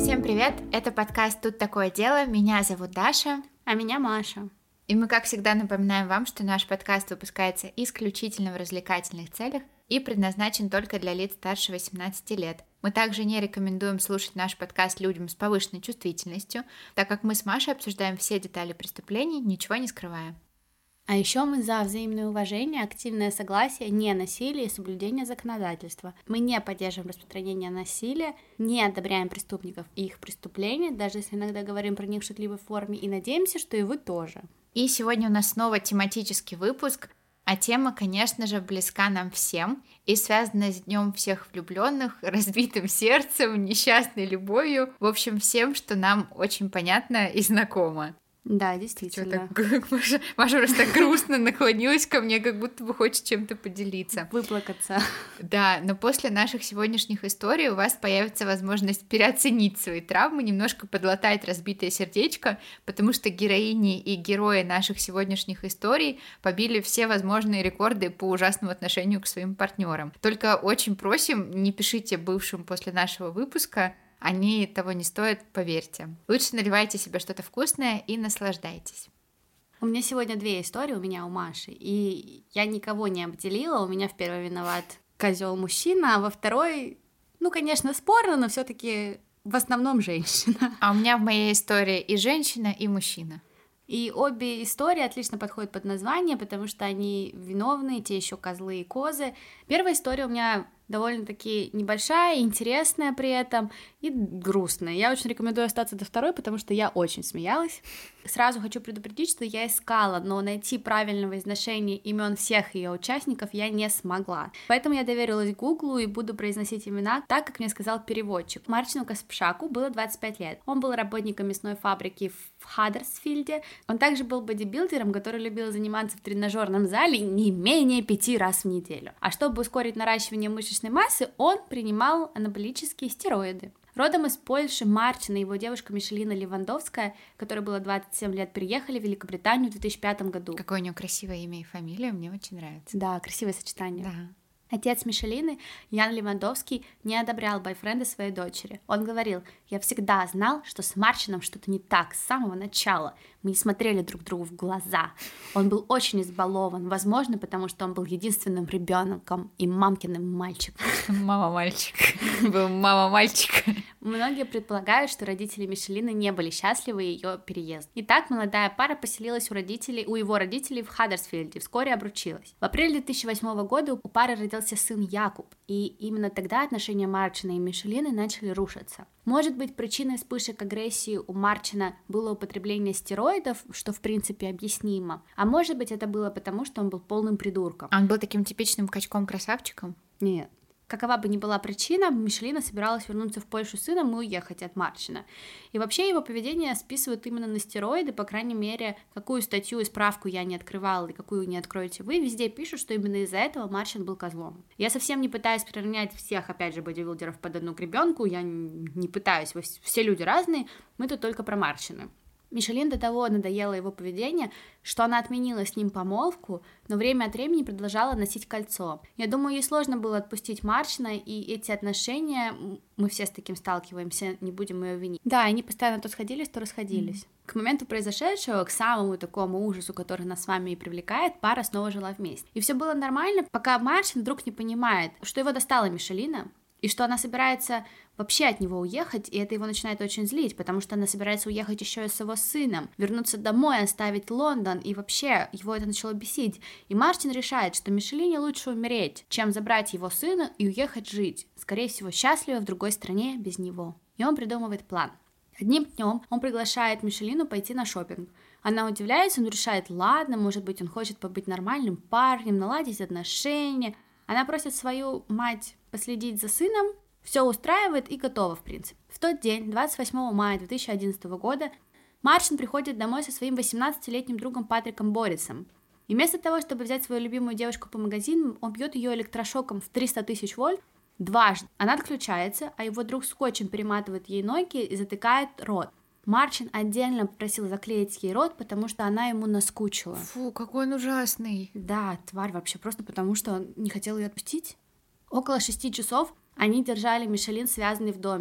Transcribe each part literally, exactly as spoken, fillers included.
Всем привет! Это подкаст «Тут такое дело». Меня зовут Даша. А меня Маша. И мы, как всегда, напоминаем вам, что наш подкаст выпускается исключительно в развлекательных целях и предназначен только для лиц старше восемнадцати лет. Мы также не рекомендуем слушать наш подкаст людям с повышенной чувствительностью, так как мы с Машей обсуждаем все детали преступлений, ничего не скрывая. А еще мы за взаимное уважение, активное согласие, не насилие и соблюдение законодательства. Мы не поддерживаем распространение насилия, не одобряем преступников и их преступления, даже если иногда говорим про них в шутливой форме, и надеемся, что и вы тоже. И сегодня у нас снова тематический выпуск, а тема, конечно же, близка нам всем и связана с Днем всех влюбленных, разбитым сердцем, несчастной любовью, в общем, всем, что нам очень понятно и знакомо. Да, действительно. Так, Маша, Маша просто так грустно наклонилась ко мне, как будто бы хочет чем-то поделиться. Выплакаться. Да, но после наших сегодняшних историй у вас появится возможность переоценить свои травмы, немножко подлатать разбитое сердечко, потому что героини и герои наших сегодняшних историй побили все возможные рекорды по ужасному отношению к своим партнерам. Только очень просим, не пишите бывшим после нашего выпуска, они того не стоят, поверьте. Лучше наливайте себе что-то вкусное и наслаждайтесь. У меня сегодня две истории, у меня у Маши, и я никого не обделила, у меня в первой виноват козел мужчина, а во второй, ну, конечно, спорно, но все-таки в основном женщина. А у меня в моей истории и женщина, и мужчина. И обе истории отлично подходят под название, потому что они виновные, те еще козлы и козы. Первая история у меня довольно-таки небольшая, интересная при этом и грустная. Я очень рекомендую остаться до второй, потому что я очень смеялась. Сразу хочу предупредить, что я искала, но найти правильного изношения имен всех ее участников я не смогла. Поэтому я доверилась Гуглу и буду произносить имена так, как мне сказал переводчик. Марчину Каспшаку было двадцать пять лет. Он был работником мясной фабрики в Хаддерсфилде. Он также был бодибилдером, который любил заниматься в тренажерном зале не менее пяти раз в неделю. А чтобы ускорить наращивание мышечной массы, он принимал анаболические стероиды. Родом из Польши Марчин и его девушка Мишелина Левандовская, которой было двадцать семь лет, приехали в Великобританию в две тысячи пятом году. Какое у нее красивое имя и фамилия, мне очень нравится. Да, красивое сочетание. Да. Отец Мишелины, Ян Левандовский, не одобрял бойфренда своей дочери. Он говорил: «Я всегда знал, что с Марчином что-то не так с самого начала. Мы не смотрели друг другу в глаза. Он был очень избалован, возможно, потому что он был единственным ребенком и мамкиным мальчиком». Мама-мальчик. Был мама-мальчик. Многие предполагают, что родители Мишелины не были счастливы ее переезд. Итак, молодая пара поселилась у родителей, у его родителей в Хаддерсфилде, вскоре обручилась. В апреле две тысячи восьмого года у пары родился сын Якуб, и именно тогда отношения Марчина и Мишелины начали рушиться. Может быть, причиной вспышек агрессии у Марчина было употребление стероидов, что в принципе объяснимо, а может быть, это было потому, что он был полным придурком. А он был таким типичным качком-красавчиком? Нет. Какова бы ни была причина, Мишелина собиралась вернуться в Польшу с сыном и уехать от Марчина. И вообще его поведение списывают именно на стероиды, по крайней мере, какую статью и справку я не открывала и какую не откроете вы, везде пишут, что именно из-за этого Марчин был козлом. Я совсем не пытаюсь приравнять всех, опять же, бодибилдеров под одну гребенку, я не пытаюсь, все люди разные, мы тут только про Марчина. Мишелин до того надоело его поведение, что она отменила с ним помолвку, но время от времени продолжала носить кольцо. Я думаю, ей сложно было отпустить Марчина, и эти отношения, мы все с таким сталкиваемся, не будем ее винить. Да, они постоянно то сходились, то расходились. Mm-hmm. К моменту произошедшего, к самому такому ужасу, который нас с вами и привлекает, пара снова жила вместе. И все было нормально, пока Марчин вдруг не понимает, что его достала Мишелина, и что она собирается вообще от него уехать, и это его начинает очень злить, потому что она собирается уехать еще и с его сыном, вернуться домой, оставить Лондон, и вообще его это начало бесить. И Мартин решает, что Мишелине лучше умереть, чем забрать его сына и уехать жить, скорее всего, счастливо в другой стране без него. И он придумывает план. Одним днем он приглашает Мишелину пойти на шопинг. Она удивляется, он решает, ладно, может быть, он хочет побыть нормальным парнем, наладить отношения. Она просит свою мать последить за сыном, все устраивает и готово, в принципе. В тот день, двадцать восьмого мая две тысячи одиннадцатого года, Марчин приходит домой со своим восемнадцатилетним другом Патриком Борисом. И вместо того, чтобы взять свою любимую девушку по магазинам, он бьет ее электрошоком в триста тысяч вольт дважды. Она отключается, а его друг скотчем перематывает ей ноги и затыкает рот. Марчин отдельно попросил заклеить ей рот, потому что она ему наскучила. Фу, какой он ужасный. Да, тварь вообще, просто потому что он не хотел ее отпустить. Около шести часов они держали Мишелин связанной в доме.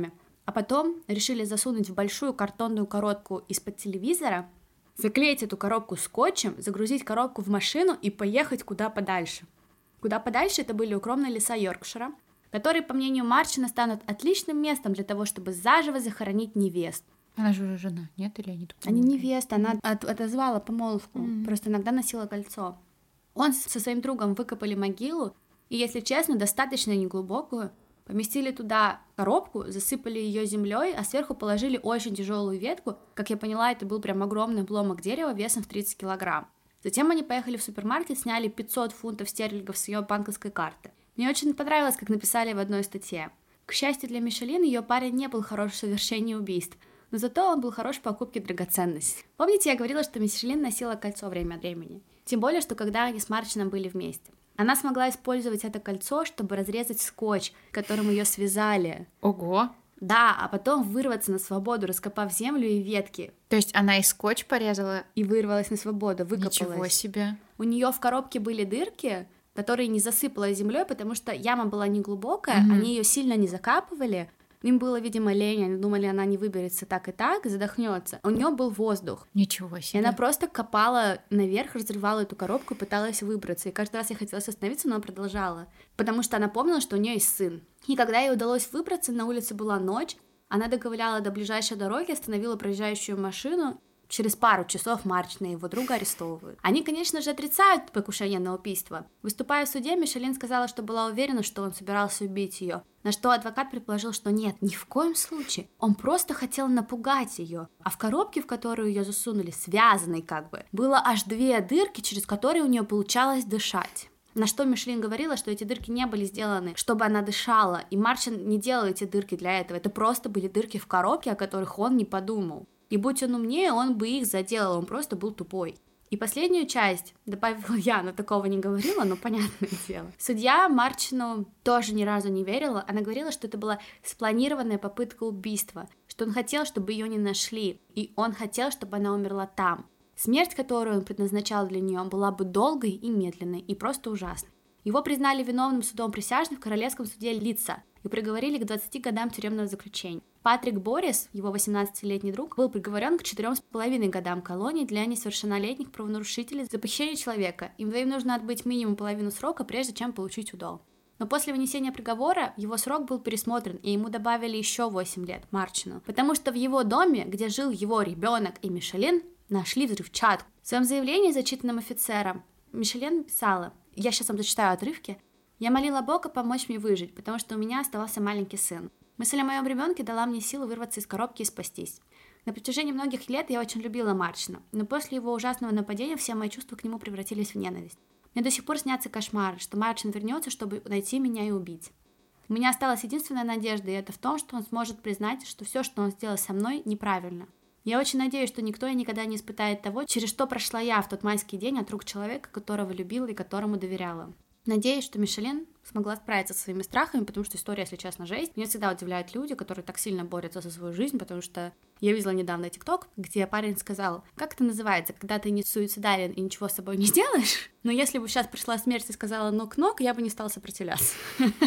а потом решили засунуть в большую картонную коробку из-под телевизора, заклеить эту коробку скотчем, загрузить коробку в машину и поехать куда подальше. Куда подальше это были укромные леса Йоркшира, которые, по мнению Марчина, станут отличным местом для того, чтобы заживо захоронить невесту. Она же уже жена, нет? Или они Они невеста, она от- отозвала помолвку, Mm-hmm. просто иногда носила кольцо. Он со своим другом выкопали могилу, и, если честно, достаточно неглубокую, поместили туда коробку, засыпали ее землей, а сверху положили очень тяжелую ветку. Как я поняла, это был прям огромный обломок дерева весом в тридцать килограмм. Затем они поехали в супермаркет, сняли пятьсот фунтов стерлингов с ее банковской карты. Мне очень понравилось, как написали в одной статье. К счастью для Мишелин, ее парень не был хорош в совершении убийств, но зато он был хорош в покупке драгоценностей. Помните, я говорила, что Мишелин носила кольцо время от времени? Тем более, что когда они с Марчином были вместе. Она смогла использовать это кольцо, чтобы разрезать скотч, которым ее связали. Ого! Да, а потом вырваться на свободу, раскопав землю и ветки. То есть она и скотч порезала? И вырвалась на свободу, выкопалась. Ничего себе! У нее в коробке были дырки, которые не засыпала землей, потому что яма была неглубокая, mm-hmm. они ее сильно не закапывали. Им было, видимо, лень, они думали, она не выберется так и так, задохнется. У нее был воздух. Ничего себе. И она просто копала наверх, разрывала эту коробку и пыталась выбраться. И каждый раз я хотела остановиться, но она продолжала. Потому что она помнила, что у нее есть сын. И когда ей удалось выбраться, на улице была ночь, она доковыляла до ближайшей дороги, остановила проезжающую машину. Через пару часов Марчин и его друга арестовывают. Они, конечно же, отрицают покушение на убийство. Выступая в суде, Мишелин сказала, что была уверена, что он собирался убить ее. На что адвокат предположил, что нет, ни в коем случае. Он просто хотел напугать ее. А в коробке, в которую ее засунули, связанной как бы, было аж две дырки, через которые у нее получалось дышать. На что Мишелин говорила, что эти дырки не были сделаны, чтобы она дышала, и Марчин не делал эти дырки для этого. Это просто были дырки в коробке, о которых он не подумал. И будь он умнее, он бы их заделал, он просто был тупой. И последнюю часть добавила я, но такого не говорила, но понятное дело. Судья Марчину тоже ни разу не верила, она говорила, что это была спланированная попытка убийства, что он хотел, чтобы ее не нашли, и он хотел, чтобы она умерла там. Смерть, которую он предназначал для нее, была бы долгой и медленной, и просто ужасной. Его признали виновным судом присяжных в королевском суде Лидса и приговорили к двадцати годам тюремного заключения. Патрик Борис, его восемнадцатилетний друг, был приговорен к четырем с половиной годам колонии для несовершеннолетних правонарушителей за похищение человека. Им двоим нужно отбыть минимум половину срока, прежде чем получить удел. Но после вынесения приговора его срок был пересмотрен, и ему добавили еще восемь лет, Марчину, потому что в его доме, где жил его ребенок и Мишелин, нашли взрывчатку. В своем заявлении, зачитанном офицером, Мишелин писала: «Я сейчас вам зачитаю отрывки. Я молила Бога помочь мне выжить, потому что у меня оставался маленький сын. Мысль о моем ребенке дала мне силу вырваться из коробки и спастись. На протяжении многих лет я очень любила Марчина, но после его ужасного нападения все мои чувства к нему превратились в ненависть. Мне до сих пор снятся кошмары, что Марчин вернется, чтобы найти меня и убить. У меня осталась единственная надежда, и это в том, что он сможет признать, что все, что он сделал со мной, неправильно. Я очень надеюсь, что никто и никогда не испытает того, через что прошла я в тот майский день от рук человека, которого любила и которому доверяла. Надеюсь, что Мишелин смогла справиться со своими страхами, потому что история, если честно, жесть. Меня всегда удивляют люди, которые так сильно борются за свою жизнь, потому что я видела недавно ТикТок, где парень сказал: как это называется, когда ты не суицидален и ничего с собой не сделаешь? Но если бы сейчас пришла смерть и сказала нок-нок, я бы не стала сопротивляться.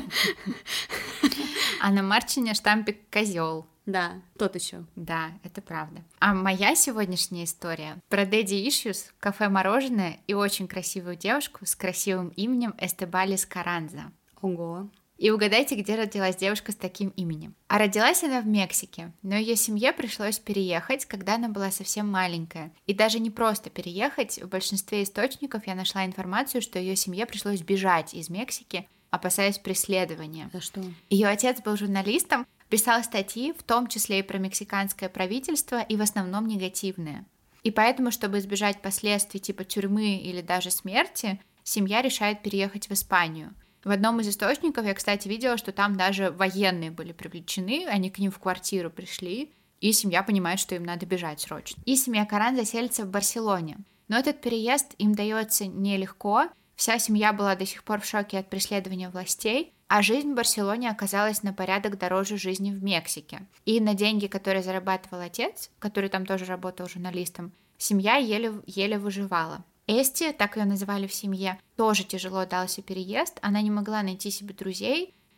А на Марчине штампик козел. Да, тот еще. Да, это правда. А моя сегодняшняя история про Daddy Issues, кафе-мороженое и очень красивую девушку с красивым именем Эстебалис Каранза. Ого. И угадайте, где родилась девушка с таким именем. А родилась она в Мексике, но ее семье пришлось переехать, когда она была совсем маленькая. И даже не просто переехать, в большинстве источников я нашла информацию, что ее семье пришлось бежать из Мексики, опасаясь преследования. За что? Ее отец был журналистом, писал статьи, в том числе и про мексиканское правительство, и в основном негативные. И поэтому, чтобы избежать последствий типа тюрьмы или даже смерти, семья решает переехать в Испанию. В одном из источников я, кстати, видела, что там даже военные были привлечены, они к ним в квартиру пришли, и семья понимает, что им надо бежать срочно. И семья Каран заселится в Барселоне. Но этот переезд им дается нелегко, вся семья была до сих пор в шоке от преследования властей, а жизнь в Барселоне оказалась на порядок дороже жизни в Мексике. И на деньги, которые зарабатывал отец, который там тоже работал журналистом, семья еле, еле выживала. Эсти, так ее называли в семье, тоже тяжело дался переезд, она не могла найти себе друзей,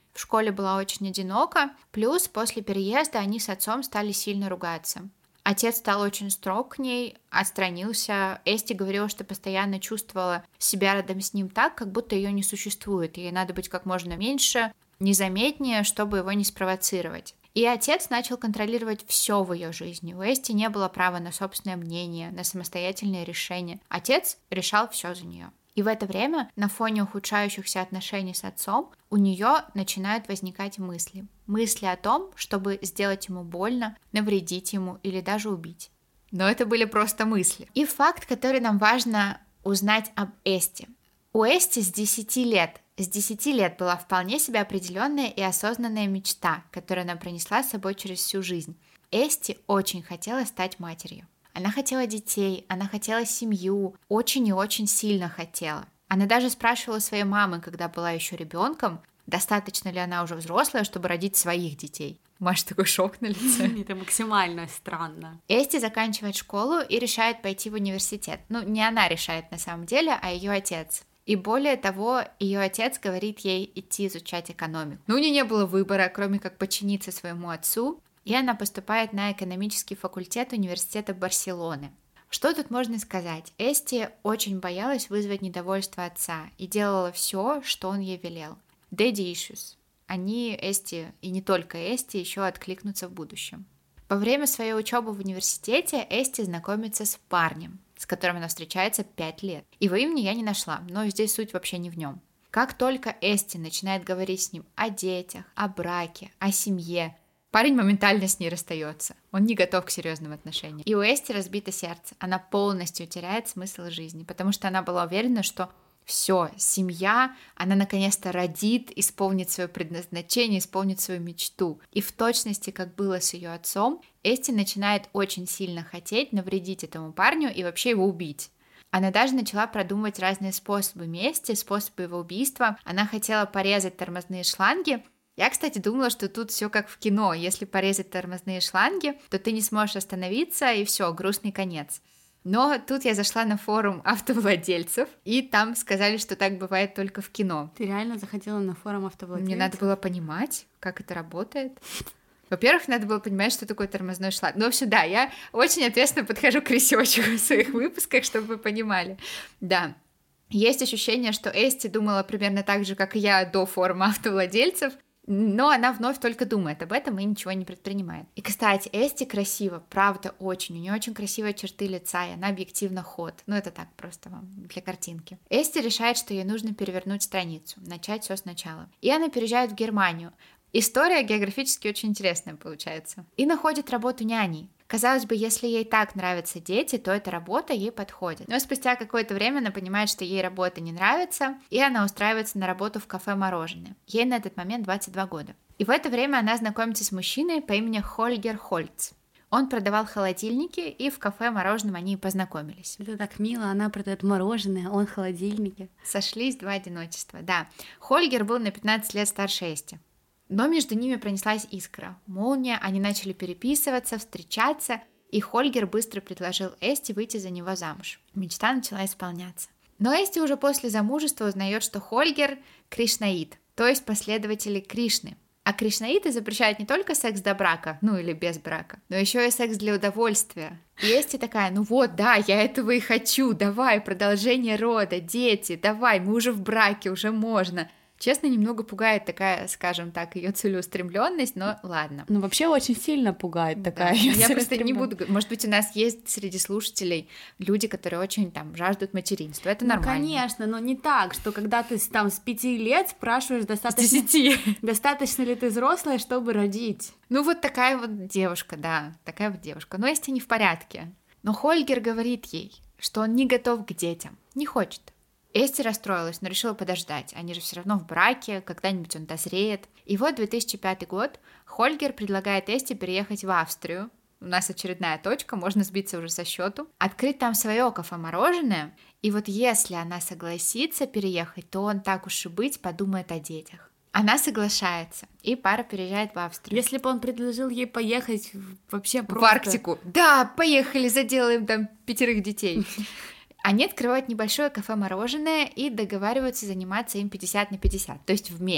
В школе была очень одинока, плюс после переезда они с отцом стали сильно ругаться. Отец стал очень строг к ней, отстранился. Эсти говорила, что постоянно чувствовала себя рядом с ним так, как будто ее не существует. Ей надо быть как можно меньше, незаметнее, чтобы его не спровоцировать. И отец начал контролировать все в ее жизни. У Эсти не было права на собственное мнение, на самостоятельные решения. Отец решал все за нее. И в это время, на фоне ухудшающихся отношений с отцом, у нее начинают возникать мысли. Мысли о том, чтобы сделать ему больно, навредить ему или даже убить. Но это были просто мысли. И факт, который нам важно узнать об Эсти. У Эсти с десяти лет, с десяти лет была вполне себе определенная и осознанная мечта, которую она пронесла с собой через всю жизнь. Эсти очень хотела стать матерью. Она хотела детей, она хотела семью, очень и очень сильно хотела. Она даже спрашивала своей мамы, когда была еще ребенком, достаточно ли она уже взрослая, чтобы родить своих детей. Маша, такой шок на лице. Это максимально странно. Эсти заканчивает школу и решает пойти в университет. Ну, не она решает на самом деле, а ее отец. И более того, ее отец говорит ей идти изучать экономику. Но у нее не было выбора, кроме как подчиниться своему отцу. И она поступает на экономический факультет университета Барселоны. Что тут можно сказать? Эсти очень боялась вызвать недовольство отца и делала все, что он ей велел. Daddy issues. Они, Эсти, и не только Эсти, еще откликнутся в будущем. Во время своей учебы в университете Эсти знакомится с парнем, с которым она встречается пять лет. Его имени я не нашла, но здесь суть вообще не в нем. Как только Эсти начинает говорить с ним о детях, о браке, о семье, парень моментально с ней расстается. Он не готов к серьезным отношениям. И у Эсти разбито сердце. Она полностью теряет смысл жизни, потому что она была уверена, что все, семья, она наконец-то родит, исполнит свое предназначение, исполнит свою мечту. И в точности, как было с ее отцом, Эсти начинает очень сильно хотеть навредить этому парню и вообще его убить. Она даже начала продумывать разные способы мести, способы его убийства. Она хотела порезать тормозные шланги. Я, кстати, думала, что тут все как в кино. Если порезать тормозные шланги, то ты не сможешь остановиться, и все, грустный конец. Но тут я зашла на форум автовладельцев, и там сказали, что так бывает только в кино. Ты реально заходила на форум автовладельцев? Мне надо было понимать, как это работает. Во-первых, надо было понимать, что такое тормозной шланг. Ну, в общем, да, я очень ответственно подхожу к ресерчу в своих выпусках, чтобы вы понимали. Да. Есть ощущение, что Эсти думала примерно так же, как и я до форума автовладельцев, но она вновь только думает об этом и ничего не предпринимает. И, кстати, Эсти красиво, правда, очень. У нее очень красивые черты лица, и она объективно хот. Ну, это так, просто вам для картинки. Эсти решает, что ей нужно перевернуть страницу, начать все сначала. И она переезжает в Германию. История географически очень интересная получается. И находит работу няней. Казалось бы, если ей так нравятся дети, то эта работа ей подходит. Но спустя какое-то время она понимает, что ей работа не нравится, и она устраивается на работу в кафе «Мороженое». Ей на этот момент двадцать два года. И в это время она знакомится с мужчиной по имени Хольгер Хольц. Он продавал холодильники, и в кафе «Мороженом» они и познакомились. Это так мило, она продает мороженое, он холодильники. Сошлись два одиночества, да. Хольгер был на пятнадцать лет старше Эсти. Но между ними пронеслась искра. Молния, они начали переписываться, встречаться, и Хольгер быстро предложил Эсти выйти за него замуж. Мечта начала исполняться. Но Эсти уже после замужества узнает, что Хольгер – кришнаит, то есть последователи Кришны. А кришнаиты запрещают не только секс до брака, ну или без брака, но еще и секс для удовольствия. И Эсти такая: ну вот, да, я этого и хочу, давай, продолжение рода, дети, давай, мы уже в браке, уже можно. Честно, немного пугает такая, скажем так, ее целеустремленность, но ладно. Ну, вообще очень сильно пугает такая. Да. Я просто не буду... Может быть, у нас есть среди слушателей люди, которые очень там жаждут материнства. Это ну, нормально. Конечно, но не так, что когда ты там с пяти лет спрашиваешь, достаточно... С десяти. Достаточно ли ты взрослая, чтобы родить? Ну, вот такая вот девушка, да, такая вот девушка. Но Эсти не в порядке. Но Хольгер говорит ей, что он не готов к детям, не хочет. Эсти расстроилась, но решила подождать. Они же все равно в браке, когда-нибудь он дозреет. И вот две тысячи пятый год, Хольгер предлагает Эсти переехать в Австрию. У нас очередная точка, можно сбиться уже со счету. Открыть там свое кафе-мороженое. И вот если она согласится переехать, то он, так уж и быть, подумает о детях. Она соглашается, и пара переезжает в Австрию. Если бы он предложил ей поехать вообще просто... В Арктику. Да, поехали, заделаем там пятерых детей. Они открывают небольшое кафе-мороженое и договариваются заниматься им пятьдесят на пятьдесят, то есть вместе.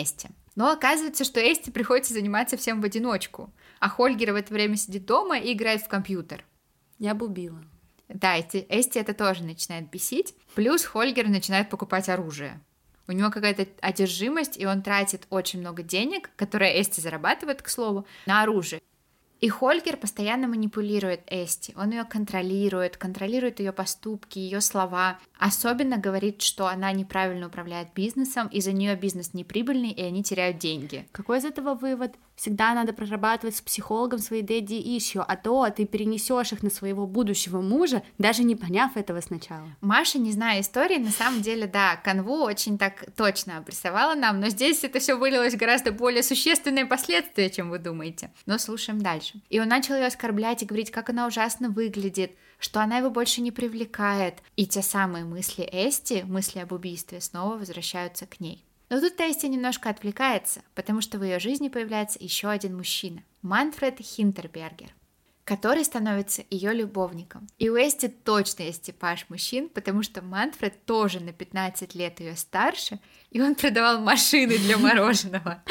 Но оказывается, что Эсти приходится заниматься всем в одиночку, а Хольгер в это время сидит дома и играет в компьютер. Я бы убила. Да, Эсти это тоже начинает бесить. Плюс Хольгер начинает покупать оружие. У него какая-то одержимость, и он тратит очень много денег, которые Эсти зарабатывает, к слову, на оружие. И Хольгер постоянно манипулирует Эсти, он ее контролирует, контролирует ее поступки, ее слова. Особенно говорит, что она неправильно управляет бизнесом, из-за нее бизнес неприбыльный, и они теряют деньги. Какой из этого вывод? Всегда надо прорабатывать с психологом свои daddy issue, а то ты перенесешь их на своего будущего мужа, даже не поняв этого сначала. Маша, не зная истории, на самом деле, да, канву очень так точно обрисовала нам, но здесь это все вылилось в гораздо более существенные последствия, чем вы думаете. Но слушаем дальше. И он начал ее оскорблять и говорить, как она ужасно выглядит, что она его больше не привлекает. И те самые мысли Эсти, мысли об убийстве, снова возвращаются к ней. Но тут Эсти немножко отвлекается, потому что в ее жизни появляется еще один мужчина, Манфред Хинтербергер, который становится ее любовником. И у Эсти точно есть типаж мужчин, потому что Манфред тоже на пятнадцать лет ее старше, и он продавал машины для мороженого.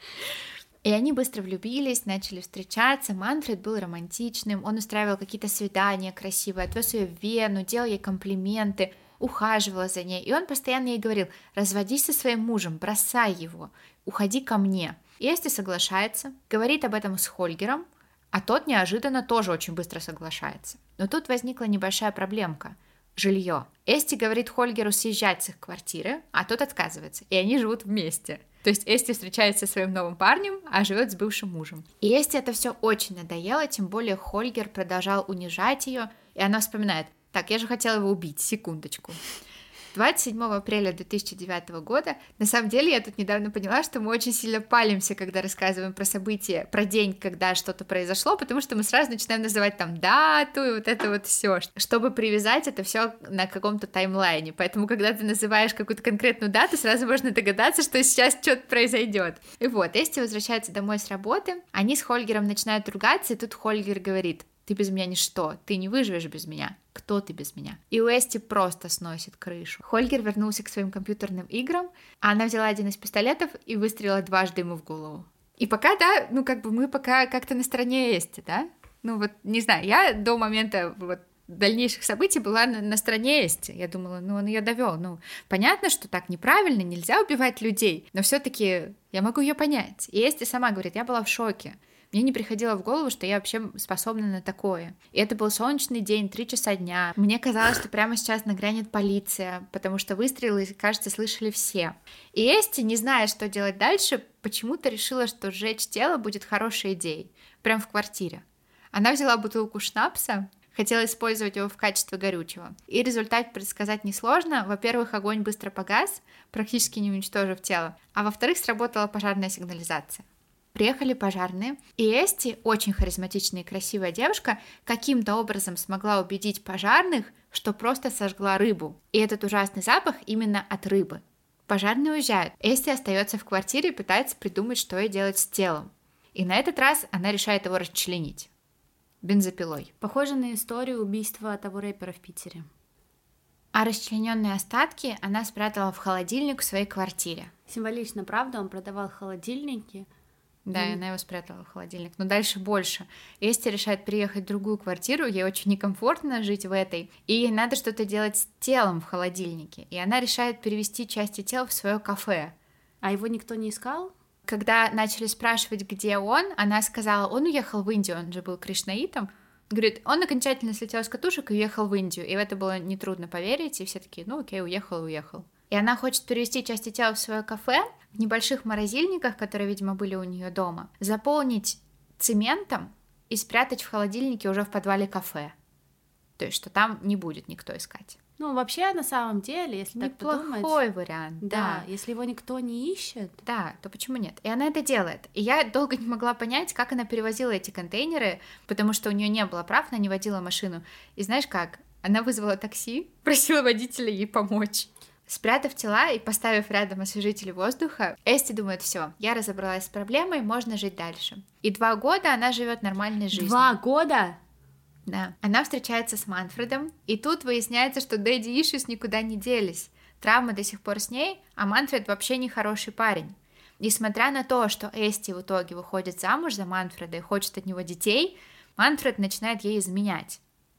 И они быстро влюбились, начали встречаться. Манфред был романтичным, он устраивал какие-то свидания красивые, отвез ее в Вену, делал ей комплименты, ухаживала за ней. И он постоянно ей говорил: разводись со своим мужем, бросай его, уходи ко мне. И Эсти соглашается, говорит об этом с Хольгером, а тот неожиданно тоже очень быстро соглашается. Но тут возникла небольшая проблемка. Жилье. Эсти говорит Хольгеру съезжать с их квартиры, а тот отказывается, и они живут вместе. То есть Эсти встречается со своим новым парнем, а живет с бывшим мужем. И Эсти это все очень надоело, тем более Хольгер продолжал унижать ее, и она вспоминает: так, я же хотела его убить, секундочку. двадцать седьмого апреля две тысячи девятого года, на самом деле я тут недавно поняла, что мы очень сильно палимся, когда рассказываем про события, про день, когда что-то произошло, потому что мы сразу начинаем называть там дату и вот это вот все, чтобы привязать это все на каком-то таймлайне. Поэтому, когда ты называешь какую-то конкретную дату, сразу можно догадаться, что сейчас что-то произойдет. И вот, Эсти возвращается домой с работы, они с Хольгером начинают ругаться, и тут Хольгер говорит: ты без меня ничто, ты не выживешь без меня. Кто ты без меня? И у Эсти просто сносит крышу. Хольгер вернулся к своим компьютерным играм, а она взяла один из пистолетов и выстрелила дважды ему в голову. И пока, да, ну как бы мы пока как-то на стороне Эсти, да? Ну вот, не знаю, я до момента вот дальнейших событий была на, на стороне Эсти. Я думала, ну он ее довел. Ну, понятно, что так неправильно, нельзя убивать людей, но все-таки я могу ее понять. И Эсти сама говорит: я была в шоке. Мне не приходило в голову, что я вообще способна на такое. И это был солнечный день, три часа дня. Мне казалось, что прямо сейчас нагрянет полиция, потому что выстрелы, кажется, слышали все. И Эсти, не зная, что делать дальше, почему-то решила, что сжечь тело будет хорошей идеей. Прям в квартире. Она взяла бутылку шнапса, хотела использовать его в качестве горючего. И результат предсказать несложно. Во-первых, огонь быстро погас, практически не уничтожив тело. А во-вторых, сработала пожарная сигнализация. Приехали пожарные, и Эсти, очень харизматичная и красивая девушка, каким-то образом смогла убедить пожарных, что просто сожгла рыбу. И этот ужасный запах именно от рыбы. Пожарные уезжают. Эсти остается в квартире и пытается придумать, что ей делать с телом. И на этот раз она решает его расчленить бензопилой. Похоже на историю убийства того рэпера в Питере. А расчлененные остатки она спрятала в холодильник в своей квартире. Символично, правда? Он продавал холодильники. Да, и она его спрятала в холодильник. Но дальше больше. Эсти решает переехать в другую квартиру, ей очень некомфортно жить в этой, и ей надо что-то делать с телом в холодильнике. И она решает перевести части тела в свое кафе. А его никто не искал? Когда начали спрашивать, где он, она сказала: он уехал в Индию, он же был кришнаитом. Говорит, он окончательно слетел с катушек и уехал в Индию. И в это было нетрудно поверить, и все такие: ну окей, уехал, уехал. И она хочет перевести части тела в свое кафе, в небольших морозильниках, которые, видимо, были у нее дома, заполнить цементом и спрятать в холодильнике уже в подвале кафе. То есть, что там не будет никто искать. Ну, вообще, на самом деле, если так подумать... Неплохой вариант, да. да. Если его никто не ищет... Да, то почему нет? И она это делает. И я долго не могла понять, как она перевозила эти контейнеры, потому что у нее не было прав, она не водила машину. И знаешь как? Она вызвала такси, просила водителя ей помочь. Спрятав тела и поставив рядом освежители воздуха, Эсти думает: все, я разобралась с проблемой, можно жить дальше. И два года она живет нормальной жизнью. Два года? Да. Она встречается с Манфредом, и тут выясняется, что daddy issues никуда не делись. Травмы до сих пор с ней, а Манфред вообще не хороший парень. Несмотря на то, что Эсти в итоге выходит замуж за Манфреда и хочет от него детей, Манфред начинает ей изменять.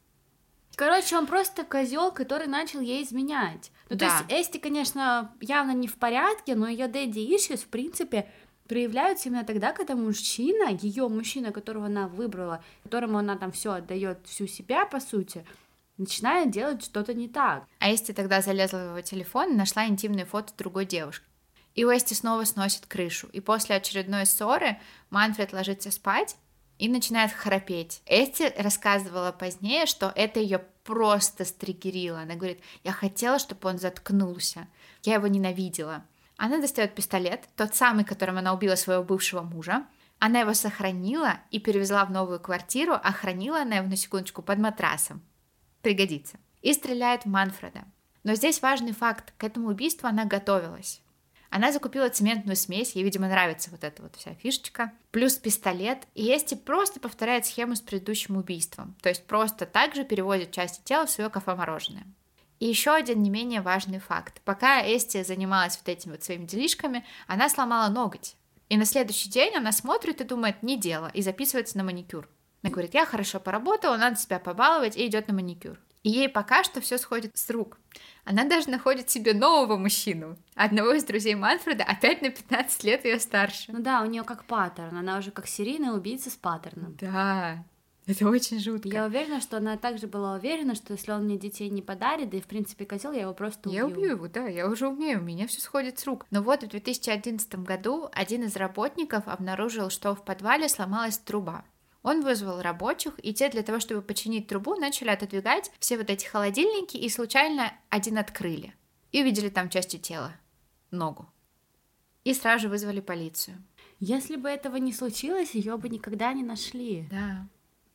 Короче, он просто козел, который начал ей изменять. Ну, Да. то есть Эсти, конечно, явно не в порядке, но ее daddy issues, в принципе, проявляются именно тогда, когда мужчина, ее мужчина, которого она выбрала, которому она там все отдает, всю себя, по сути, начинает делать что-то не так. А Эсти тогда залезла в его телефон и нашла интимные фото другой девушки. И у Эсти снова сносит крышу. И после очередной ссоры Манфред ложится спать и начинает храпеть. Эсти рассказывала позднее, что это ее просто стригерило. Она говорит, я хотела, чтобы он заткнулся. Я его ненавидела. Она достает пистолет, тот самый, которым она убила своего бывшего мужа. Она его сохранила и перевезла в новую квартиру, а хранила она его, на секундочку, под матрасом. Пригодится. И стреляет в Манфреда. Но здесь важный факт. К этому убийству она готовилась. Она закупила цементную смесь, ей, видимо, нравится вот эта вот вся фишечка, плюс пистолет, и Эсти просто повторяет схему с предыдущим убийством, то есть просто так же переводит части тела в свое кафе-мороженое. И еще один не менее важный факт. Пока Эсти занималась вот этими вот своими делишками, она сломала ноготь. И на следующий день она смотрит и думает, не дело, и записывается на маникюр. Она говорит, я хорошо поработала, надо себя побаловать, и идет на маникюр. И ей пока что все сходит с рук. Она даже находит себе нового мужчину. Одного из друзей Манфреда, опять на пятнадцать лет ее старше. Ну да, у нее как паттерн, она уже как серийная убийца с паттерном. Да, это очень жутко. Я уверена, что она также была уверена, что если он мне детей не подарит, да и в принципе козел, я его просто убью. Я убью его, да, я уже умею, у меня все сходит с рук. Но вот в две тысячи одиннадцатом году один из работников обнаружил, что в подвале сломалась труба. Он вызвал рабочих, и те для того, чтобы починить трубу, начали отодвигать все вот эти холодильники, и случайно один открыли. И увидели там части тела, ногу. И сразу же вызвали полицию. Если бы этого не случилось, ее бы никогда не нашли. Да.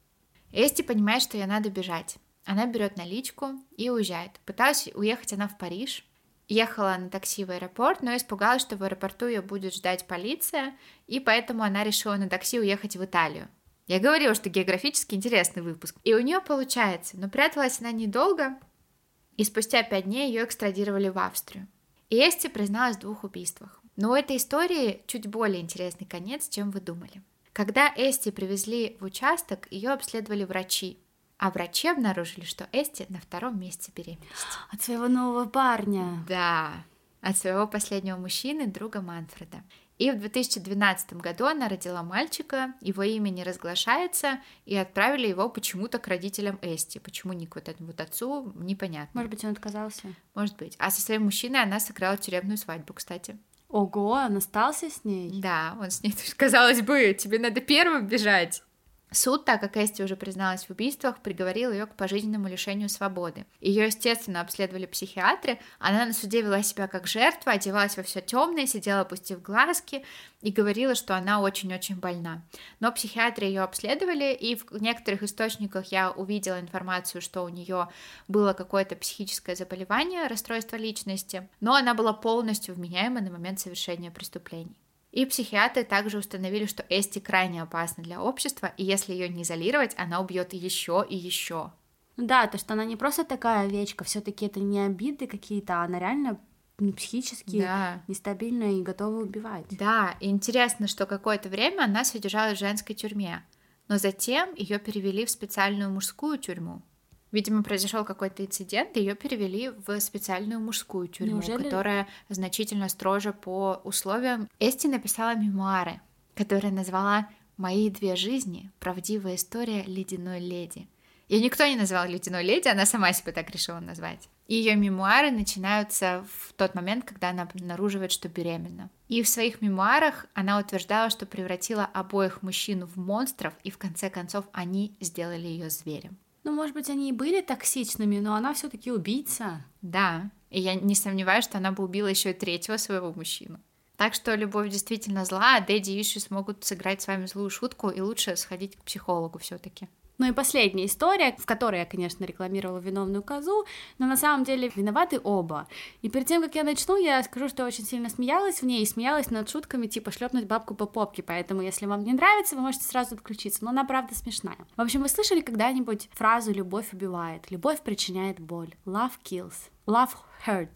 Эсти понимает, что ей надо бежать. Она берет наличку и уезжает. Пыталась уехать она в Париж. Ехала на такси в аэропорт, но испугалась, что в аэропорту ее будет ждать полиция, и поэтому она решила на такси уехать в Италию. Я говорила, что географически интересный выпуск. И у нее получается, но пряталась она недолго, и спустя пять дней ее экстрадировали в Австрию. И Эсти призналась в двух убийствах. Но у этой истории чуть более интересный конец, чем вы думали. Когда Эсти привезли в участок, ее обследовали врачи. А врачи обнаружили, что Эсти на втором месяце беременности. От своего нового парня. Да, от своего последнего мужчины, друга Манфреда. И в две тысячи двенадцатом году она родила мальчика, его имя не разглашается, и отправили его почему-то к родителям Эсти. Почему не к вот этому вот отцу, непонятно. Может быть, он отказался? Может быть. А со своим мужчиной она сыграла тюремную свадьбу, кстати. Ого, он остался с ней? Да, он с ней, казалось бы, тебе надо первым бежать. Суд, так как Эсти уже призналась в убийствах, приговорил ее к пожизненному лишению свободы. Ее, естественно, обследовали психиатры. Она на суде вела себя как жертва, одевалась во все темное, сидела опустив глазки и говорила, что она очень-очень больна. Но психиатры ее обследовали, и в некоторых источниках я увидела информацию, что у нее было какое-то психическое заболевание, расстройство личности, но она была полностью вменяема на момент совершения преступлений. И психиатры также установили, что Эсти крайне опасна для общества, и если ее не изолировать, она убьет еще и еще. Да, то, что она не просто такая овечка, все-таки это не обиды какие-то, а она реально ну, психически да. нестабильная и готова убивать. Да, и интересно, что какое-то время она содержалась в женской тюрьме, но затем ее перевели в специальную мужскую тюрьму. Видимо, произошел какой-то инцидент, и ее перевели в специальную мужскую тюрьму, Неужели? Которая значительно строже по условиям. Эсти написала мемуары, которые назвала «Мои две жизни. Правдивая история ледяной леди». Ее никто не назвал ледяной леди, она сама себя так решила назвать. И ее мемуары начинаются в тот момент, когда она обнаруживает, что беременна. И в своих мемуарах она утверждала, что превратила обоих мужчин в монстров, и в конце концов они сделали ее зверем. Ну, может быть, они и были токсичными, но она все-таки убийца. Да, и я не сомневаюсь, что она бы убила еще и третьего своего мужчину. Так что любовь действительно зла, а дэдди issues могут сыграть с вами злую шутку, и лучше сходить к психологу все-таки. Ну и последняя история, в которой я, конечно, рекламировала виновную козу, но на самом деле виноваты оба. И перед тем, как я начну, я скажу, что я очень сильно смеялась в ней, и смеялась над шутками типа шлепнуть бабку по попке, поэтому если вам не нравится, вы можете сразу отключиться, но она правда смешная. В общем, вы слышали когда-нибудь фразу «любовь убивает», «любовь причиняет боль», «love kills», «love hurts».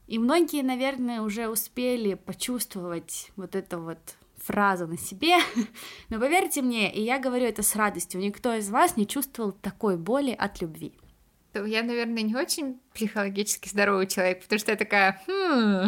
И многие, наверное, уже успели почувствовать вот эту вот фразу на себе, но поверьте мне, и я говорю это с радостью, никто из вас не чувствовал такой боли от любви. Я, наверное, не очень психологически здоровый человек, потому что я такая, хм,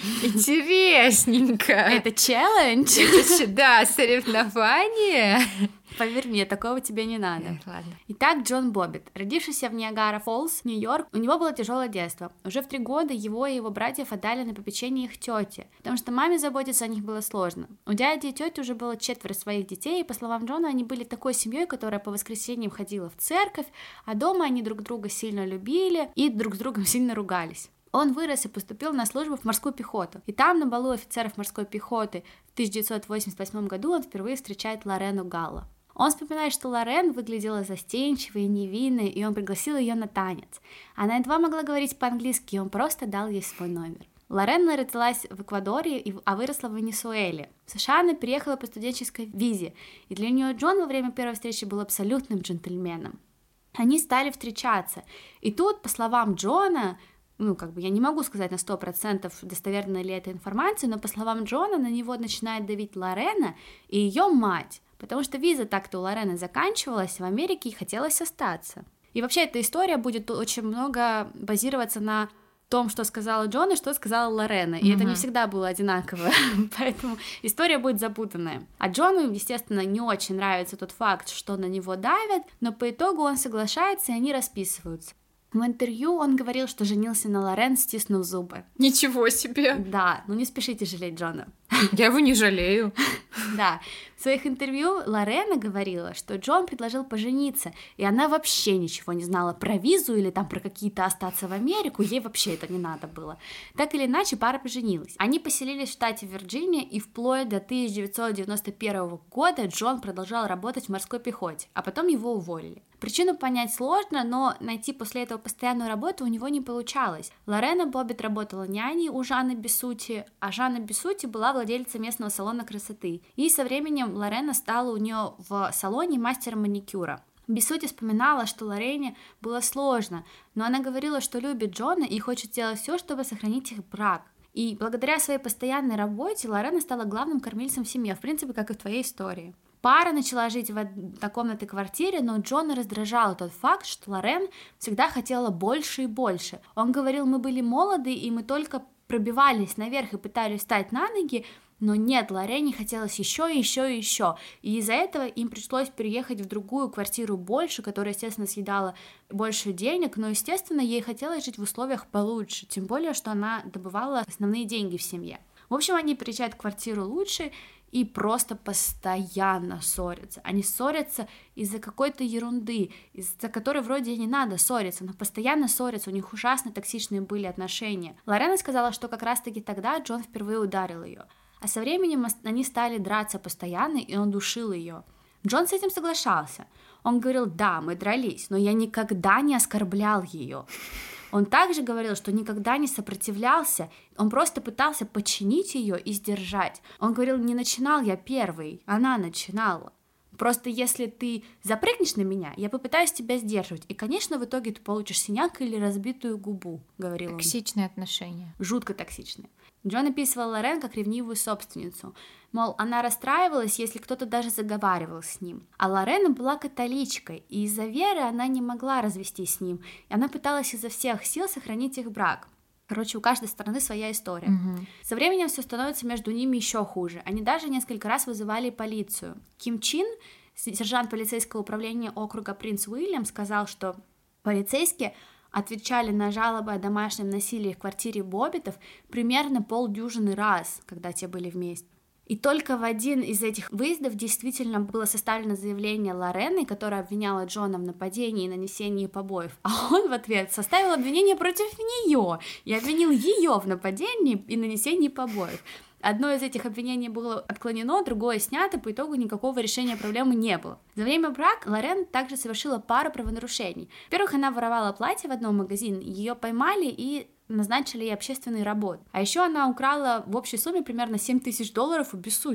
интересненько. Это челлендж? Это, да, соревнование. Поверь мне, такого тебе не надо. Эх, ладно. Итак, Джон Боббит, родившийся в Ниагара-Фоллс, Нью-Йорк, у него было тяжелое детство. Уже в три года его и его братьев отдали на попечение их тети, потому что маме заботиться о них было сложно. У дяди и тети уже было четверо своих детей, и, по словам Джона, они были такой семьей, которая по воскресеньям ходила в церковь, а дома они друг друга сильно любили и друг с другом сильно ругались. Он вырос и поступил на службу в морскую пехоту. И там, на балу офицеров морской пехоты в тысяча девятьсот восемьдесят восьмом году, он впервые встречает Лорену Галло. Он вспоминает, что Лорен выглядела застенчивой и невинной, и он пригласил ее на танец. Она едва могла говорить по-английски, и он просто дал ей свой номер. Лорен родилась в Эквадоре, а выросла в Венесуэле. В США она переехала по студенческой визе, и для нее Джон во время первой встречи был абсолютным джентльменом. Они стали встречаться, и тут, по словам Джона, ну, как бы я не могу сказать на сто процентов, достоверна ли эта информация, но по словам Джона, на него начинает давить Лорена и ее мать, потому что виза так-то у Лорены заканчивалась, в Америке ей хотелось остаться. И вообще эта история будет очень много базироваться на том, что сказала Джон и что сказала Лорена, и mm-hmm. это не всегда было одинаково, поэтому история будет запутанная. А Джону, естественно, не очень нравится тот факт, что на него давят, но по итогу он соглашается, и они расписываются. В интервью он говорил, что женился на Лорен, стиснув зубы. Ничего себе! Да, ну не спешите жалеть Джона. Я его не жалею. Да, в своих интервью Лорена говорила, что Джон предложил пожениться, и она вообще ничего не знала про визу или там про какие-то остаться в Америку, ей вообще это не надо было. Так или иначе, пара поженилась. Они поселились в штате Вирджиния, и вплоть до тысяча девятьсот девяносто первого года Джон продолжал работать в морской пехоте, а потом его уволили. Причину понять сложно, но найти после этого постоянную работу у него не получалось. Лорена Боббит работала няней у Жанны Бессути, а Жанна Бессути была владельцей местного салона красоты. И со временем Лорена стала у нее в салоне мастером маникюра. Бессути вспоминала, что Лорене было сложно, но она говорила, что любит Джона и хочет сделать все, чтобы сохранить их брак. И благодаря своей постоянной работе Лорена стала главным кормильцем в семье, в принципе, как и в твоей истории. Пара начала жить в однокомнатной квартире, но Джона раздражал тот факт, что Лорен всегда хотела больше и больше. Он говорил, мы были молоды, и мы только пробивались наверх и пытались встать на ноги, но нет, Лорене хотелось еще и еще и еще, и из-за этого им пришлось переехать в другую квартиру больше, которая, естественно, съедала больше денег, но, естественно, ей хотелось жить в условиях получше, тем более, что она добывала основные деньги в семье. В общем, они приезжают в квартиру лучше и просто постоянно ссорятся. Они ссорятся из-за какой-то ерунды, из-за которой вроде и не надо ссориться, но постоянно ссорятся, у них ужасно токсичные были отношения. Лорена сказала, что как раз-таки тогда Джон впервые ударил ее. А со временем они стали драться постоянно, и он душил ее. Джон с этим соглашался. Он говорил, да, мы дрались, но я никогда не оскорблял ее. Он также говорил, что никогда не сопротивлялся, он просто пытался подчинить ее и сдержать. Он говорил, не начинал я первый, она начинала. Просто если ты запрыгнешь на меня, я попытаюсь тебя сдерживать. И, конечно, в итоге ты получишь синяк или разбитую губу, говорил он. Токсичные отношения. Жутко токсичные. Джон описывал Лорен как ревнивую собственницу. Мол, она расстраивалась, если кто-то даже заговаривал с ним. А Лорена была католичкой, и из-за веры она не могла развестись с ним. И она пыталась изо всех сил сохранить их брак. Короче, у каждой стороны своя история. Угу. Со временем все становится между ними еще хуже. Они даже несколько раз вызывали полицию. Ким Чин, сержант полицейского управления округа Принц Уильям, сказал, что полицейские отвечали на жалобы о домашнем насилии в квартире Боббитов примерно полдюжины раз, когда те были вместе. И только в один из этих выездов действительно было составлено заявление Лорены, которая обвиняла Джона в нападении и нанесении побоев, а он в ответ составил обвинение против нее и обвинил ее в нападении и нанесении побоев. Одно из этих обвинений было отклонено, другое снято, по итогу никакого решения проблемы не было. За время брака Лорен также совершила пару правонарушений. Во-первых, она воровала платье в одном магазине, ее поймали и назначили ей общественные работы. А еще она украла в общей сумме примерно семь тысяч долларов у Бессути.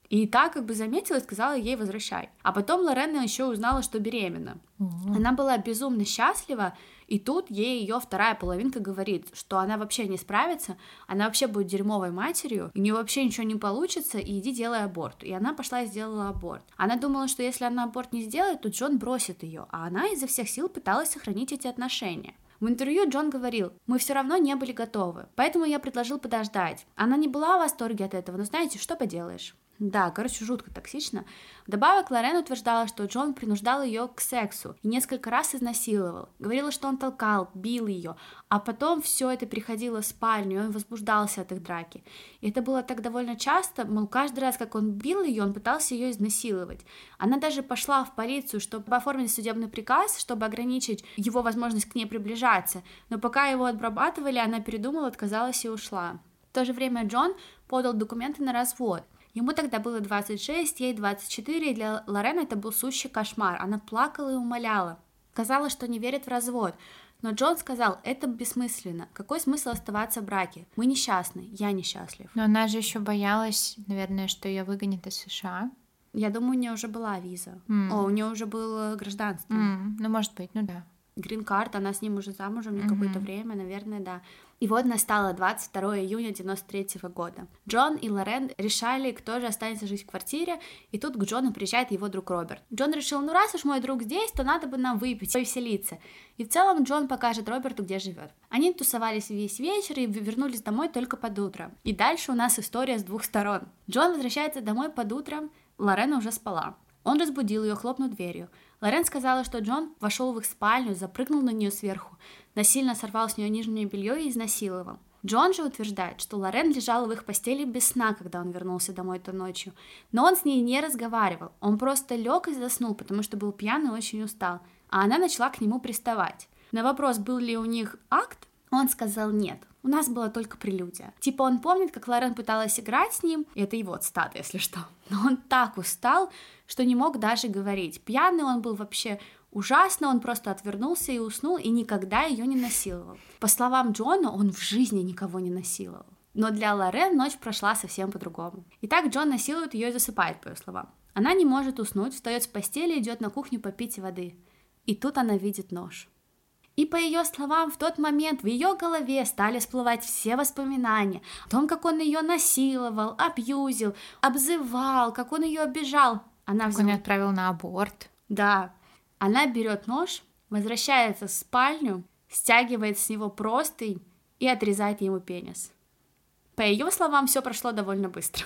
И та как бы заметила и сказала ей возвращай. А потом Лорена еще узнала, что беременна. Mm-hmm. Она была безумно счастлива, и тут ей ее вторая половинка говорит, что она вообще не справится, она вообще будет дерьмовой матерью, у нее вообще ничего не получится, и иди делай аборт. И она пошла и сделала аборт. Она думала, что если она аборт не сделает, то Джон бросит ее, а она изо всех сил пыталась сохранить эти отношения. В интервью Джон говорил: мы все равно не были готовы, поэтому я предложил подождать. Она не была в восторге от этого, но знаете, что поделаешь? Да, короче, жутко токсично. Вдобавок, Лорен утверждала, что Джон принуждал ее к сексу и несколько раз изнасиловал. Говорила, что он толкал, бил ее, а потом все это приходило в спальню, и он возбуждался от их драки. И это было так довольно часто, мол, каждый раз, как он бил ее, он пытался ее изнасиловать. Она даже пошла в полицию, чтобы оформить судебный приказ, чтобы ограничить его возможность к ней приближаться, но пока его обрабатывали, она передумала, отказалась и ушла. В то же время Джон подал документы на развод. Ему тогда было двадцать шесть, ей двадцать четыре, и для Лорен это был сущий кошмар. Она плакала и умоляла. Сказала, что не верит в развод. Но Джон сказал: это бессмысленно. Какой смысл оставаться в браке? Мы несчастны, я несчастлив. Но она же еще боялась, наверное, что ее выгонят из США. Я думаю, у нее уже была виза. Mm. О, у нее уже было гражданство. Mm. Ну, может быть, ну да. Грин-карт, она с ним уже замужем mm-hmm. какое-то время, наверное, да. И вот настало двадцать второго июня девяносто третьего года. Джон и Лорен решали, кто же останется жить в квартире, и тут к Джону приезжает его друг Роберт. Джон решил: ну раз уж мой друг здесь, то надо бы нам выпить, повеселиться. И в целом Джон покажет Роберту, где живет. Они тусовались весь вечер и вернулись домой только под утро. И дальше у нас история с двух сторон. Джон возвращается домой под утром, Лорен уже спала. Он разбудил ее, хлопнув дверью. Лорен сказала, что Джон вошел в их спальню, запрыгнул на нее сверху, насильно сорвал с нее нижнее белье и изнасиловал. Джон же утверждает, что Лорен лежала в их постели без сна, когда он вернулся домой той ночью, но он с ней не разговаривал, он просто лег и заснул, потому что был пьян и очень устал, а она начала к нему приставать. На вопрос, был ли у них акт, он сказал: нет, у нас была только прелюдия. Типа он помнит, как Лорен пыталась играть с ним, и это его цитата, если что, но он так устал, что не мог даже говорить. Пьяный он был вообще ужасно, он просто отвернулся и уснул, и никогда ее не насиловал. По словам Джона, он в жизни никого не насиловал. Но для Лорен ночь прошла совсем по-другому. Итак, Джон насилует ее и засыпает, по ее словам. Она не может уснуть, встает с постели и идет на кухню попить воды. И тут она видит нож. И по ее словам, в тот момент в ее голове стали всплывать все воспоминания о том, как он ее насиловал, абьюзил, обзывал, как он ее обижал. Она как взяла... он ее отправил на аборт. Да. Она берет нож, возвращается в спальню, стягивает с него простынь и отрезает ему пенис. По ее словам, все прошло довольно быстро.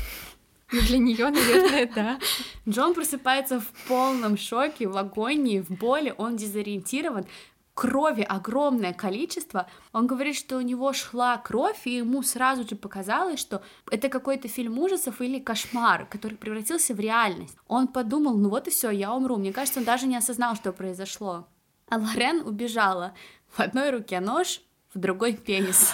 Для нее, наверное, да. Джон просыпается в полном шоке, в агонии, в боли, он дезориентирован. Крови огромное количество. Он говорит, что у него шла кровь, и ему сразу же показалось, что это какой-то фильм ужасов или кошмар, который превратился в реальность. Он подумал: ну вот и все, я умру. Мне кажется, он даже не осознал, что произошло. А Лорен убежала. В одной руке нож, в другой пенис.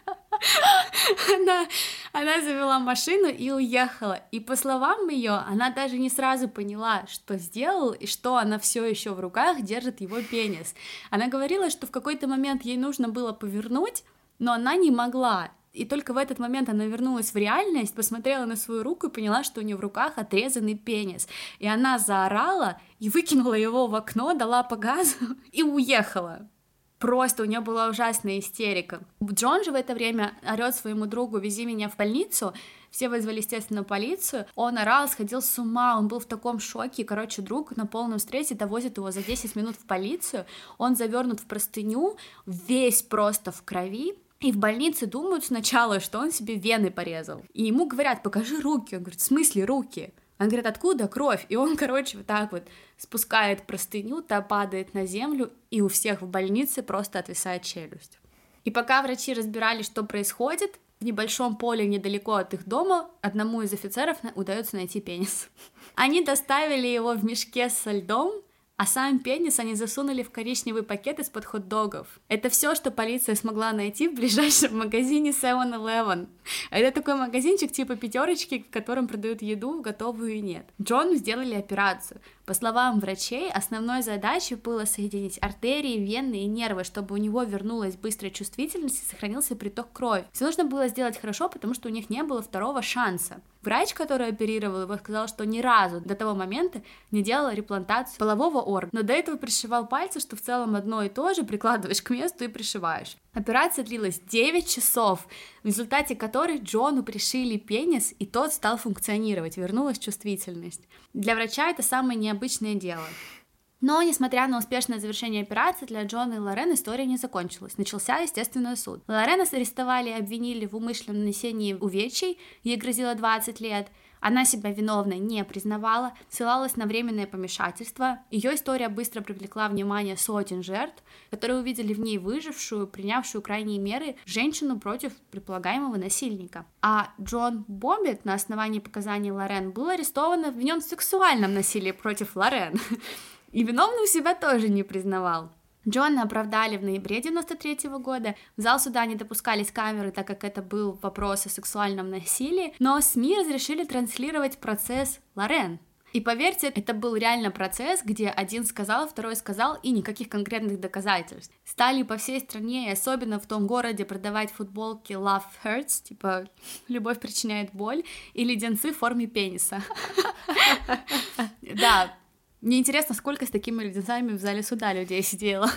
Она, она завела машину и уехала. И по словам ее, она даже не сразу поняла, что сделал, и что она все еще в руках держит его пенис. Она говорила, что в какой-то момент ей нужно было повернуть, но она не могла. И только в этот момент она вернулась в реальность, посмотрела на свою руку и поняла, что у нее в руках отрезанный пенис. И она заорала и выкинула его в окно, дала по газу и уехала. Просто у нее была ужасная истерика. Джон же в это время орет своему другу: вези меня в больницу. Все вызвали, естественно, полицию. Он орал, сходил с ума, он был в таком шоке. Короче, друг на полном стрессе довозит его за десять минут в полицию. Он завернут в простыню, весь просто в крови. И в больнице думают сначала, что он себе вены порезал. И ему говорят: покажи руки. Он говорит: в смысле руки? Он говорит: откуда кровь? И он, короче, вот так вот спускает простыню, та падает на землю, и у всех в больнице просто отвисает челюсть. И пока врачи разбирались, что происходит, в небольшом поле недалеко от их дома одному из офицеров удается найти пенис. Они доставили его в мешке со льдом, а сам пенис они засунули в коричневый пакет из-под хот-догов. Это все, что полиция смогла найти в ближайшем магазине севен элевен. Это такой магазинчик типа пятерочки, в котором продают еду, готовую и нет. Джону сделали операцию. По словам врачей, основной задачей было соединить артерии, вены и нервы, чтобы у него вернулась быстрая чувствительность и сохранился приток крови. Все нужно было сделать хорошо, потому что у них не было второго шанса. Врач, который оперировал его, сказал, что ни разу до того момента не делал реплантацию полового органа, но до этого пришивал пальцы, что в целом одно и то же, прикладываешь к месту и пришиваешь. Операция длилась девять часов, в результате которой Джону пришили пенис, и тот стал функционировать, вернулась чувствительность. Для врача это самое необычное дело. Но, несмотря на успешное завершение операции, для Джона и Лорен история не закончилась. Начался, естественно, суд. Лорен арестовали и обвинили в умышленном нанесении увечий, ей грозило двадцать лет. Она себя виновной не признавала, ссылалась на временное помешательство. Ее история быстро привлекла внимание сотен жертв, которые увидели в ней выжившую, принявшую крайние меры женщину против предполагаемого насильника. А Джон Боббит на основании показаний Лорен был арестован и обвинен в сексуальном насилии против Лорен. И виновным себя тоже не признавал. Джона оправдали в ноябре девяносто третьего года. В зал суда не допускались камеры, так как это был вопрос о сексуальном насилии, но СМИ разрешили транслировать процесс Лорен. И поверьте, это был реально процесс, где один сказал, второй сказал, и никаких конкретных доказательств. Стали по всей стране, и особенно в том городе, продавать футболки Love Hurts, типа «Любовь причиняет боль», и леденцы в форме пениса. Да. Мне интересно, сколько с такими леденцами в зале суда людей сидело.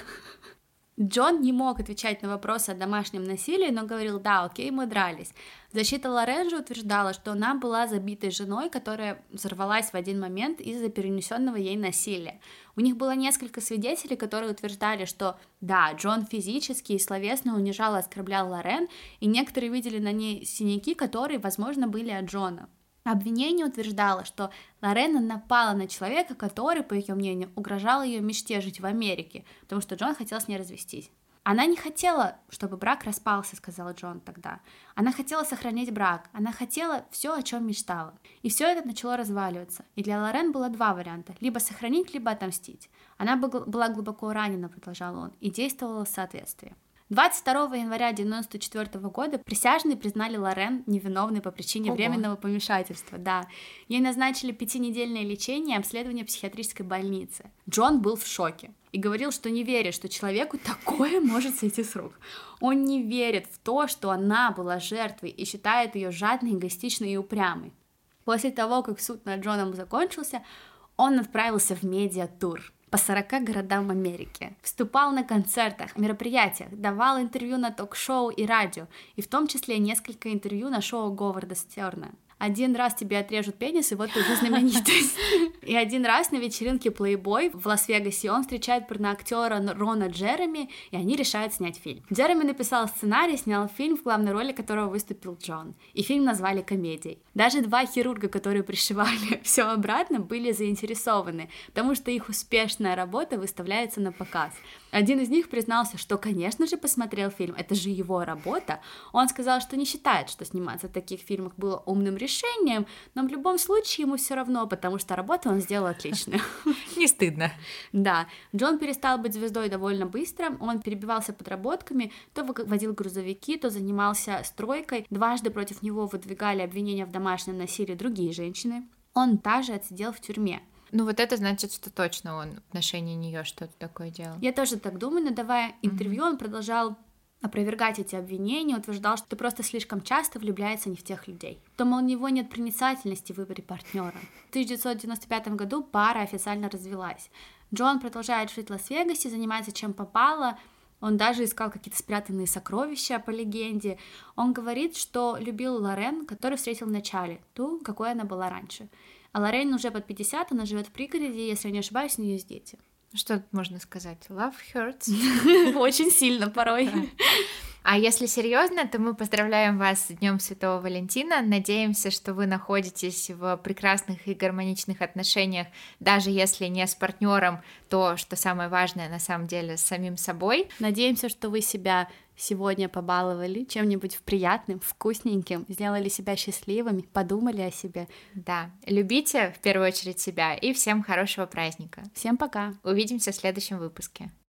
Джон не мог отвечать на вопросы о домашнем насилии, но говорил: да, окей, мы дрались. Защита Лорен же утверждала, что она была забитой женой, которая взорвалась в один момент из-за перенесенного ей насилия. У них было несколько свидетелей, которые утверждали, что да, Джон физически и словесно унижал и оскорблял Лорен, и некоторые видели на ней синяки, которые, возможно, были от Джона. Обвинение утверждало, что Лорен напала на человека, который, по ее мнению, угрожал ее мечте жить в Америке, потому что Джон хотел с ней развестись. Она не хотела, чтобы брак распался, сказал Джон тогда. Она хотела сохранить брак, она хотела все, о чем мечтала. И все это начало разваливаться. И для Лорен было два варианта: либо сохранить, либо отомстить. Она была глубоко ранена, продолжал он, и действовала в соответствии. двадцать второго января девяносто четвёртого года присяжные признали Лорен невиновной по причине Ого. временного помешательства. Да. Ей назначили пятинедельное лечение и обследование в психиатрической больнице. Джон был в шоке и говорил, что не верит, что человеку такое может сойти с рук. Он не верит в то, что она была жертвой, и считает ее жадной, эгоистичной и упрямой. После того, как суд над Джоном закончился, он отправился в медиатур по сорока городам Америки. Вступал на концертах, мероприятиях, давал интервью на ток-шоу и радио, и в том числе несколько интервью на шоу Говарда Стерна. Один раз тебе отрежут пенис, и вот ты уже знаменитость. И один раз на вечеринке Playboy в Лас-Вегасе он встречает порноактера Рона Джереми, и они решают снять фильм. Джереми написал сценарий, снял фильм, в главной роли которого выступил Джон. И фильм назвали комедией. Даже два хирурга, которые пришивали все обратно, были заинтересованы, потому что их успешная работа выставляется на показ. Один из них признался, что, конечно же, посмотрел фильм, это же его работа. Он сказал, что не считает, что сниматься в таких фильмах было умным решением, но в любом случае ему все равно, потому что работу он сделал отличную. Не стыдно. Да, Джон перестал быть звездой довольно быстро, он перебивался подработками, то водил грузовики, то занимался стройкой, дважды против него выдвигали обвинения в домашнем насилии другие женщины. Он даже отсидел в тюрьме. Ну вот это значит, что точно он в отношении нее что-то такое делал. Я тоже так думаю, но давая интервью, mm-hmm. он продолжал опровергать эти обвинения, утверждал, что просто слишком часто влюбляется не в тех людей. То, мол, у него нет проницательности в выборе партнера. В тысяча девятьсот девяносто пятом году пара официально развелась. Джон продолжает жить в Лас-Вегасе, занимается чем попало. Он даже искал какие-то спрятанные сокровища, по легенде. Он говорит, что любил Лорен, которую встретил в начале, ту, какой она была раньше. А Лорен уже под пятьдесят, она живет в пригороде, если я не ошибаюсь, у нее есть дети. Что можно сказать? Love hurts. Очень сильно порой. А если серьезно, то мы поздравляем вас с Днем Святого Валентина. Надеемся, что вы находитесь в прекрасных и гармоничных отношениях, даже если не с партнером, то, что самое важное на самом деле, с самим собой. Надеемся, что вы себя сегодня побаловали чем-нибудь приятным, вкусненьким, сделали себя счастливыми, подумали о себе. Да, любите в первую очередь себя, и всем хорошего праздника. Всем пока. Увидимся в следующем выпуске.